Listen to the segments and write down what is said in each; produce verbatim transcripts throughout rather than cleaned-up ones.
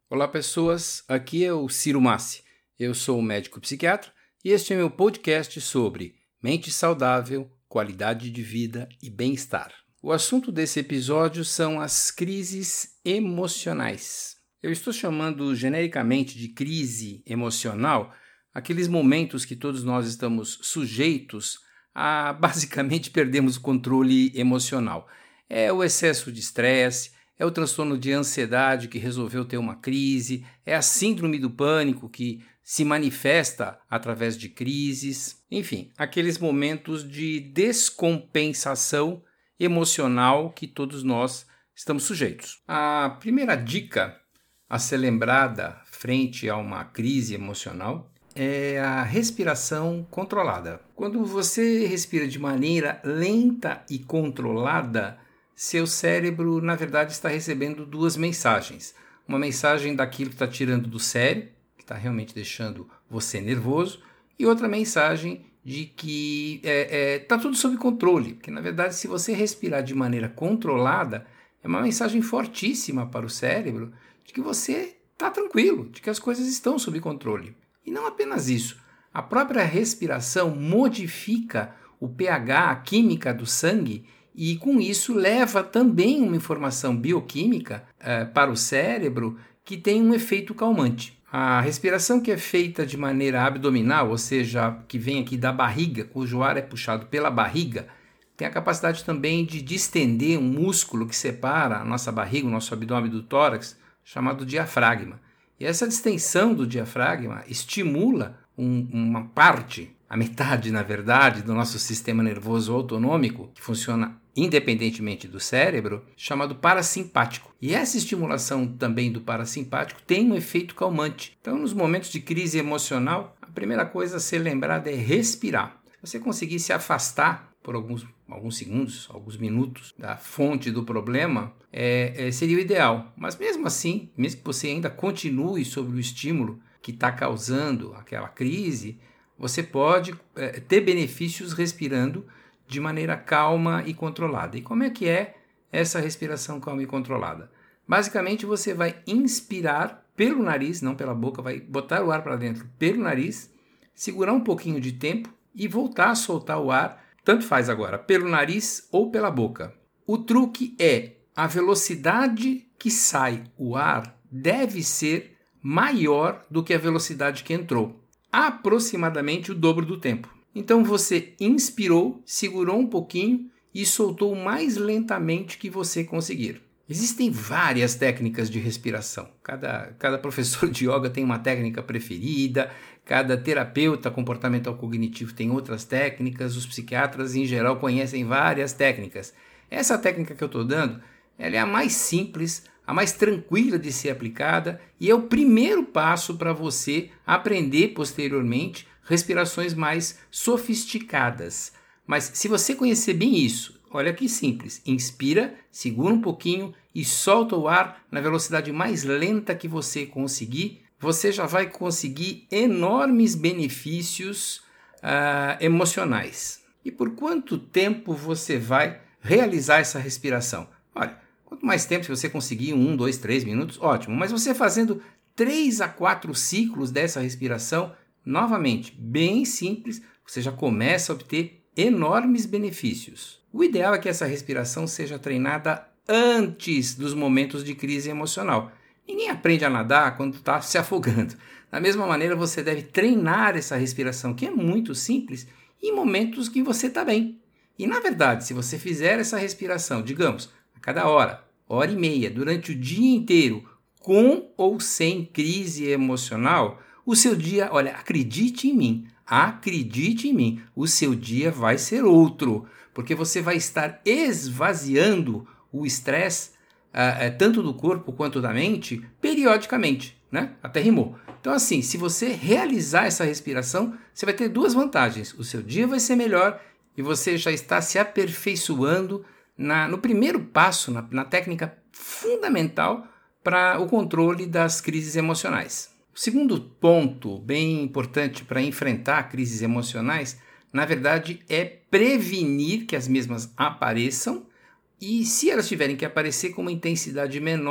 Olá pessoas, aqui é o Ciro Massi, eu sou médico psiquiatra e este é meu podcast sobre mente saudável, qualidade de vida e bem-estar. O assunto desse episódio são as crises emocionais. Eu estou chamando genericamente de crise emocional aqueles momentos que todos nós estamos sujeitos a basicamente perdermos o controle emocional. É o excesso de estresse, é o transtorno de ansiedade que resolveu ter uma crise, é a síndrome do pânico que se manifesta através de crises, enfim, aqueles momentos de descompensação emocional que todos nós estamos sujeitos. A primeira dica a ser lembrada frente a uma crise emocional é a respiração controlada. Quando você respira de maneira lenta e controlada, seu cérebro, na verdade, está recebendo duas mensagens. Uma mensagem daquilo que está tirando do sério, que está realmente deixando você nervoso, e outra mensagem de que está é, é, tá tudo sob controle. Porque, na verdade, se você respirar de maneira controlada, é uma mensagem fortíssima para o cérebro de que você está tranquilo, de que as coisas estão sob controle. E não apenas isso, a própria respiração modifica o pH, a química do sangue, e com isso leva também uma informação bioquímica eh, para o cérebro que tem um efeito calmante. A respiração que é feita de maneira abdominal, ou seja, que vem aqui da barriga, cujo ar é puxado pela barriga, tem a capacidade também de distender um músculo que separa a nossa barriga, o nosso abdômen do tórax, chamado diafragma. E essa distensão do diafragma estimula um, uma parte, a metade, na verdade, do nosso sistema nervoso autonômico, que funciona independentemente do cérebro, chamado parasimpático. E essa estimulação também do parasimpático tem um efeito calmante. Então, nos momentos de crise emocional, a primeira coisa a ser lembrada é respirar. Se você conseguir se afastar por alguns, alguns segundos, alguns minutos da fonte do problema, é, é, seria o ideal. Mas mesmo assim, mesmo que você ainda continue sobre o estímulo que está causando aquela crise, você pode é, ter benefícios respirando de maneira calma e controlada. E como é que é essa respiração calma e controlada? Basicamente, você vai inspirar pelo nariz, não pela boca, vai botar o ar para dentro pelo nariz, segurar um pouquinho de tempo e voltar a soltar o ar, tanto faz agora, pelo nariz ou pela boca. O truque é a velocidade que sai o ar deve ser maior do que a velocidade que entrou, aproximadamente o dobro do tempo. Então você inspirou, segurou um pouquinho e soltou o mais lentamente que você conseguir. Existem várias técnicas de respiração. Cada, cada professor de yoga tem uma técnica preferida, cada terapeuta comportamental cognitivo tem outras técnicas, os psiquiatras em geral conhecem várias técnicas. Essa técnica que eu estou dando, ela é a mais simples, a mais tranquila de ser aplicada e é o primeiro passo para você aprender posteriormente respirações mais sofisticadas. Mas se você conhecer bem isso, olha que simples, inspira, segura um pouquinho e solta o ar na velocidade mais lenta que você conseguir, você já vai conseguir enormes benefícios uh, emocionais. E por quanto tempo você vai realizar essa respiração? Olha, quanto mais tempo, se você conseguir um, dois, três minutos, ótimo. Mas você fazendo três a quatro ciclos dessa respiração, novamente, bem simples, você já começa a obter enormes benefícios. O ideal é que essa respiração seja treinada antes dos momentos de crise emocional. Ninguém aprende a nadar quando está se afogando. Da mesma maneira, você deve treinar essa respiração, que é muito simples, em momentos que você está bem. E, na verdade, se você fizer essa respiração, digamos, a cada hora, hora e meia, durante o dia inteiro, com ou sem crise emocional, o seu dia, olha, acredite em mim, acredite em mim, o seu dia vai ser outro, porque você vai estar esvaziando o estresse, uh, uh, tanto do corpo quanto da mente, periodicamente, né? Até rimou. Então, assim, se você realizar essa respiração, você vai ter duas vantagens. O seu dia vai ser melhor e você já está se aperfeiçoando na, no primeiro passo, na, na técnica fundamental para o controle das crises emocionais. O segundo ponto bem importante para enfrentar crises emocionais, na verdade, é prevenir que as mesmas apareçam e, se elas tiverem que aparecer com uma intensidade menor,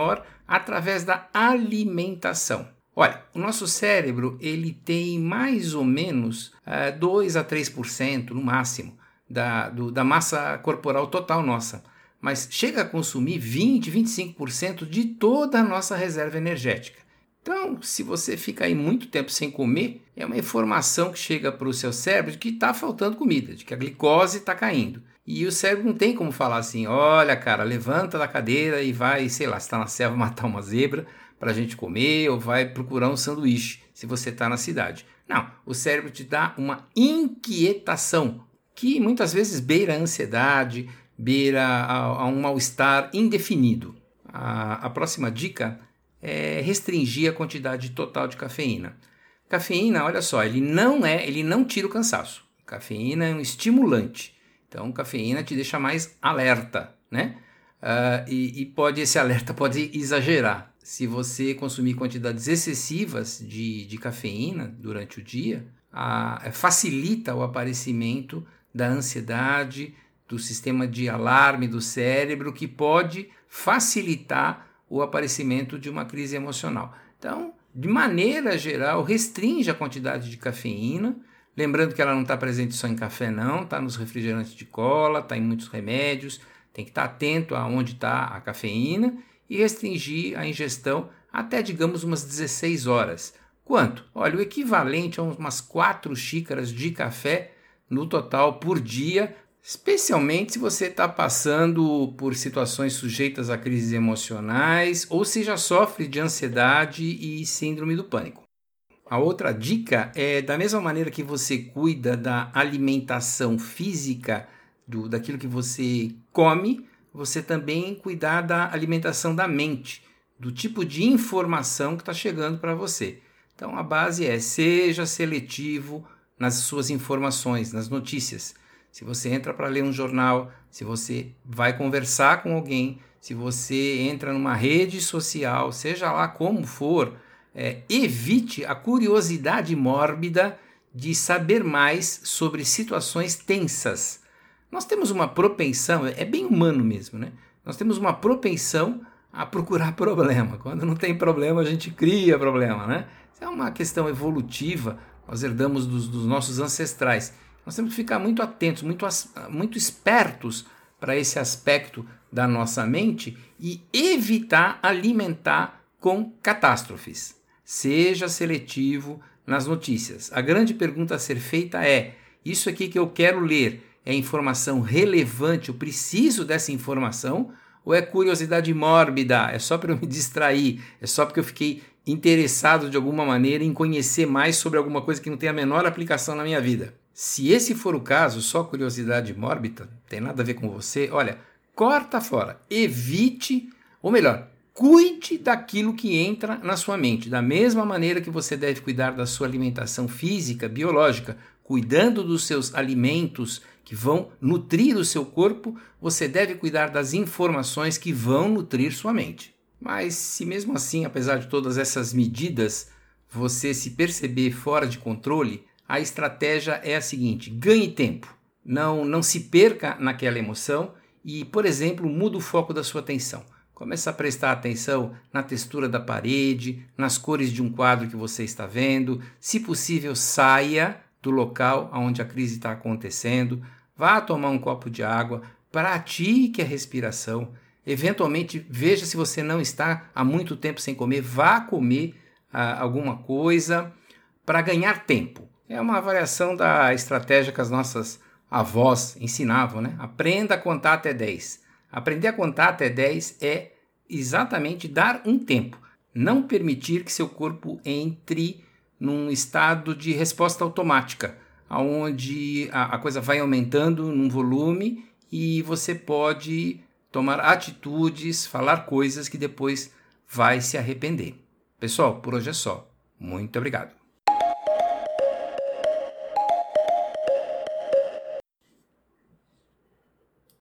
através da alimentação. Olha, o nosso cérebro ele tem mais ou menos uh, dois a três por cento no máximo da, do, da massa corporal total nossa, mas chega a consumir vinte, vinte e cinco por cento de toda a nossa reserva energética. Então, se você fica aí muito tempo sem comer, é uma informação que chega para o seu cérebro de que está faltando comida, de que a glicose está caindo. E o cérebro não tem como falar assim, olha cara, levanta da cadeira e vai, sei lá, se está na selva matar uma zebra para a gente comer, ou vai procurar um sanduíche se você está na cidade. Não, o cérebro te dá uma inquietação que muitas vezes beira a ansiedade, beira a, a um mal-estar indefinido. A, a próxima dica é restringir a quantidade total de cafeína. Cafeína, olha só, ele não é, ele não tira o cansaço. Cafeína é um estimulante. Então, cafeína te deixa mais alerta, né? Uh, e, e pode, esse alerta pode exagerar. Se você consumir quantidades excessivas de, de cafeína durante o dia, a, facilita o aparecimento da ansiedade, do sistema de alarme do cérebro, que pode facilitar o aparecimento de uma crise emocional. Então, de maneira geral, restringe a quantidade de cafeína, lembrando que ela não está presente só em café não, está nos refrigerantes de cola, está em muitos remédios, tem que estar atento a onde está a cafeína e restringir a ingestão até, digamos, umas dezesseis horas. Quanto? Olha, o equivalente a umas quatro xícaras de café no total por dia, especialmente se você está passando por situações sujeitas a crises emocionais ou se já sofre de ansiedade e síndrome do pânico. A outra dica é, da mesma maneira que você cuida da alimentação física, do, daquilo que você come, você também cuidar da alimentação da mente, do tipo de informação que está chegando para você. Então a base é, seja seletivo nas suas informações, nas notícias. Se você entra para ler um jornal, se você vai conversar com alguém, se você entra numa rede social, seja lá como for, é, evite a curiosidade mórbida de saber mais sobre situações tensas. Nós temos uma propensão, é bem humano mesmo, né? Nós temos uma propensão a procurar problema. Quando não tem problema, a gente cria problema, né? Isso é uma questão evolutiva, nós herdamos dos, dos nossos ancestrais. Nós temos que ficar muito atentos, muito, muito espertos para esse aspecto da nossa mente e evitar alimentar com catástrofes. Seja seletivo nas notícias. A grande pergunta a ser feita é, isso aqui que eu quero ler é informação relevante, eu preciso dessa informação, ou é curiosidade mórbida, é só para eu me distrair, é só porque eu fiquei interessado de alguma maneira em conhecer mais sobre alguma coisa que não tem a menor aplicação na minha vida. Se esse for o caso, só curiosidade mórbida, não tem nada a ver com você, olha, corta fora, evite, ou melhor, cuide daquilo que entra na sua mente, da mesma maneira que você deve cuidar da sua alimentação física, biológica, cuidando dos seus alimentos que vão nutrir o seu corpo, você deve cuidar das informações que vão nutrir sua mente. Mas se mesmo assim, apesar de todas essas medidas, você se perceber fora de controle, a estratégia é a seguinte, ganhe tempo, não, não se perca naquela emoção e, por exemplo, muda o foco da sua atenção. Comece a prestar atenção na textura da parede, nas cores de um quadro que você está vendo, se possível saia do local onde a crise está acontecendo, vá tomar um copo de água, pratique a respiração, eventualmente veja se você não está há muito tempo sem comer, vá comer ah, alguma coisa para ganhar tempo. É uma variação da estratégia que as nossas avós ensinavam, né? Aprenda a contar até dez. Aprender a contar até dez é exatamente dar um tempo, não permitir que seu corpo entre num estado de resposta automática, onde a, a coisa vai aumentando num volume e você pode tomar atitudes, falar coisas que depois vai se arrepender. Pessoal, por hoje é só. Muito obrigado.